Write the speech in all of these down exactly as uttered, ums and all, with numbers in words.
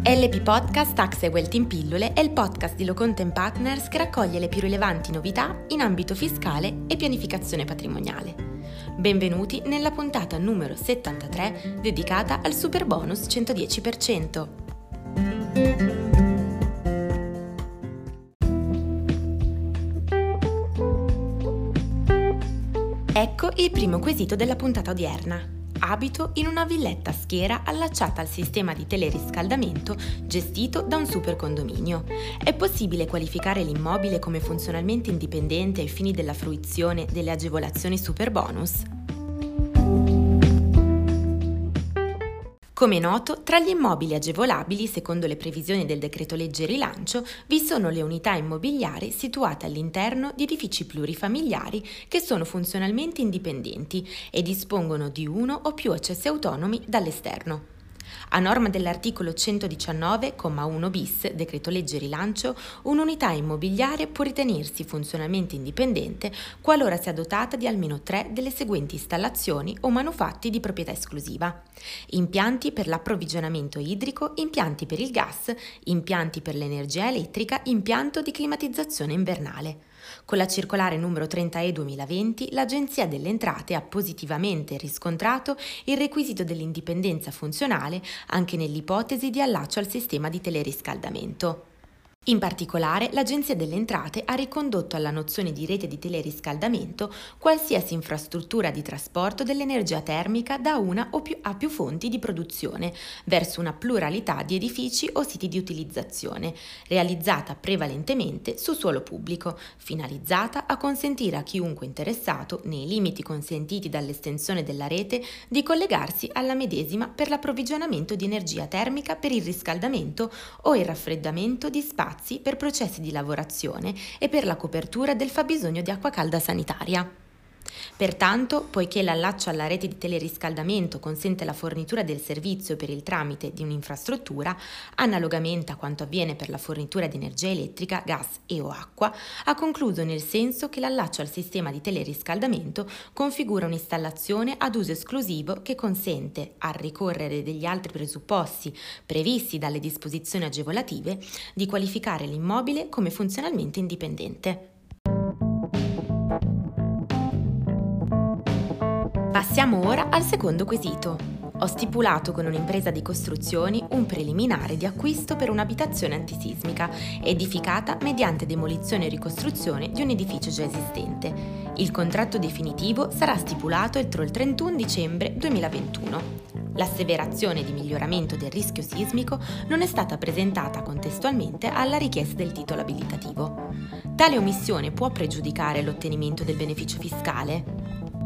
L P Podcast Tax e Wealth in pillole è il podcast di Loconte Partners che raccoglie le più rilevanti novità in ambito fiscale e pianificazione patrimoniale. Benvenuti nella puntata numero settantatré dedicata al super bonus centodieci per cento. Ecco il primo quesito della puntata odierna. Abito in una villetta a schiera allacciata al sistema di teleriscaldamento gestito da un super condominio. È possibile qualificare l'immobile come funzionalmente indipendente ai fini della fruizione delle agevolazioni super bonus? Come è noto, tra gli immobili agevolabili, secondo le previsioni del decreto legge rilancio, vi sono le unità immobiliari situate all'interno di edifici plurifamiliari che sono funzionalmente indipendenti e dispongono di uno o più accessi autonomi dall'esterno. A norma dell'articolo centodiciannove, comma uno bis, decreto legge rilancio, un'unità immobiliare può ritenersi funzionalmente indipendente qualora sia dotata di almeno tre delle seguenti installazioni o manufatti di proprietà esclusiva: impianti per l'approvvigionamento idrico, impianti per il gas, impianti per l'energia elettrica, impianto di climatizzazione invernale. Con la circolare numero trenta E duemilaventi, l'Agenzia delle Entrate ha positivamente riscontrato il requisito dell'indipendenza funzionale anche nell'ipotesi di allaccio al sistema di teleriscaldamento. In particolare, l'Agenzia delle Entrate ha ricondotto alla nozione di rete di teleriscaldamento qualsiasi infrastruttura di trasporto dell'energia termica da una o più a più fonti di produzione verso una pluralità di edifici o siti di utilizzazione, realizzata prevalentemente su suolo pubblico, finalizzata a consentire a chiunque interessato, nei limiti consentiti dall'estensione della rete, di collegarsi alla medesima per l'approvvigionamento di energia termica per il riscaldamento o il raffreddamento di spazi per processi di lavorazione e per la copertura del fabbisogno di acqua calda sanitaria. Pertanto, poiché l'allaccio alla rete di teleriscaldamento consente la fornitura del servizio per il tramite di un'infrastruttura, analogamente a quanto avviene per la fornitura di energia elettrica, gas e o acqua, ha concluso nel senso che l'allaccio al sistema di teleriscaldamento configura un'installazione ad uso esclusivo che consente, al ricorrere degli altri presupposti previsti dalle disposizioni agevolative, di qualificare l'immobile come funzionalmente indipendente. Passiamo ora al secondo quesito. Ho stipulato con un'impresa di costruzioni un preliminare di acquisto per un'abitazione antisismica edificata mediante demolizione e ricostruzione di un edificio già esistente. Il contratto definitivo sarà stipulato entro il trentuno dicembre duemilaventuno. L'asseverazione di miglioramento del rischio sismico non è stata presentata contestualmente alla richiesta del titolo abilitativo. Tale omissione può pregiudicare l'ottenimento del beneficio fiscale?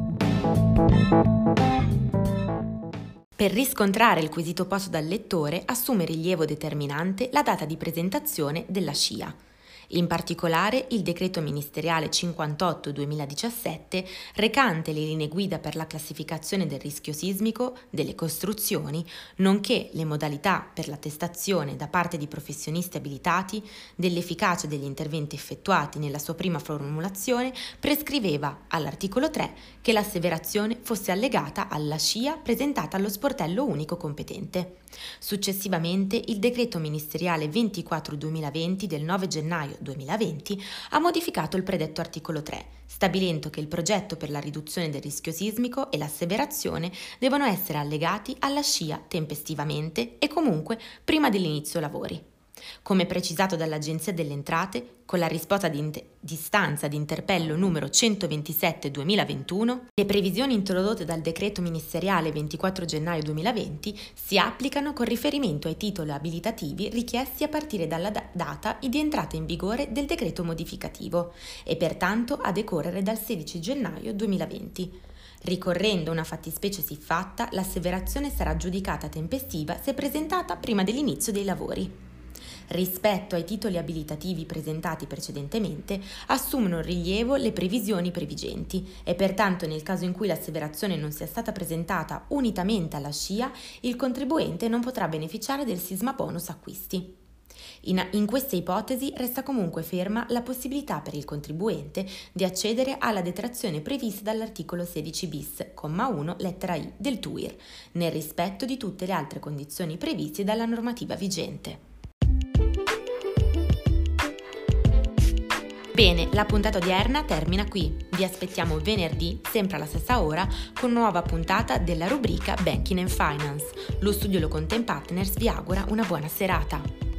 Per riscontrare il quesito posto dal lettore assume rilievo determinante la data di presentazione della S C I A. In particolare il decreto ministeriale cinquantotto duemiladiciassette, recante le linee guida per la classificazione del rischio sismico delle costruzioni, nonché le modalità per l'attestazione da parte di professionisti abilitati dell'efficacia degli interventi effettuati nella sua prima formulazione, prescriveva all'articolo tre che l'asseverazione fosse allegata alla S C I A presentata allo sportello unico competente. Successivamente il decreto ministeriale ventiquattro duemilaventi del nove gennaio duemilaventi ha modificato il predetto articolo tre, stabilendo che il progetto per la riduzione del rischio sismico e l'asseverazione devono essere allegati alla S C I A tempestivamente e comunque prima dell'inizio lavori. Come precisato dall'Agenzia delle Entrate, con la risposta di, int- di istanza di interpello numero centoventisette duemilaventuno, le previsioni introdotte dal decreto ministeriale ventiquattro gennaio duemilaventi si applicano con riferimento ai titoli abilitativi richiesti a partire dalla da- data di entrata in vigore del decreto modificativo e pertanto a decorrere dal sedici gennaio duemilaventi. Ricorrendo una fattispecie siffatta, l'asseverazione sarà giudicata tempestiva se presentata prima dell'inizio dei lavori. Rispetto ai titoli abilitativi presentati precedentemente, assumono rilievo le previsioni previgenti e pertanto nel caso in cui l'asseverazione non sia stata presentata unitamente alla S C I A, il contribuente non potrà beneficiare del sisma bonus acquisti. In, in queste ipotesi resta comunque ferma la possibilità per il contribuente di accedere alla detrazione prevista dall'articolo sedici bis, comma uno, lettera I del T U I R, nel rispetto di tutte le altre condizioni previste dalla normativa vigente. Bene, la puntata odierna termina qui. Vi aspettiamo venerdì, sempre alla stessa ora, con nuova puntata della rubrica Banking and Finance. Lo studio Loconten Partners vi augura una buona serata.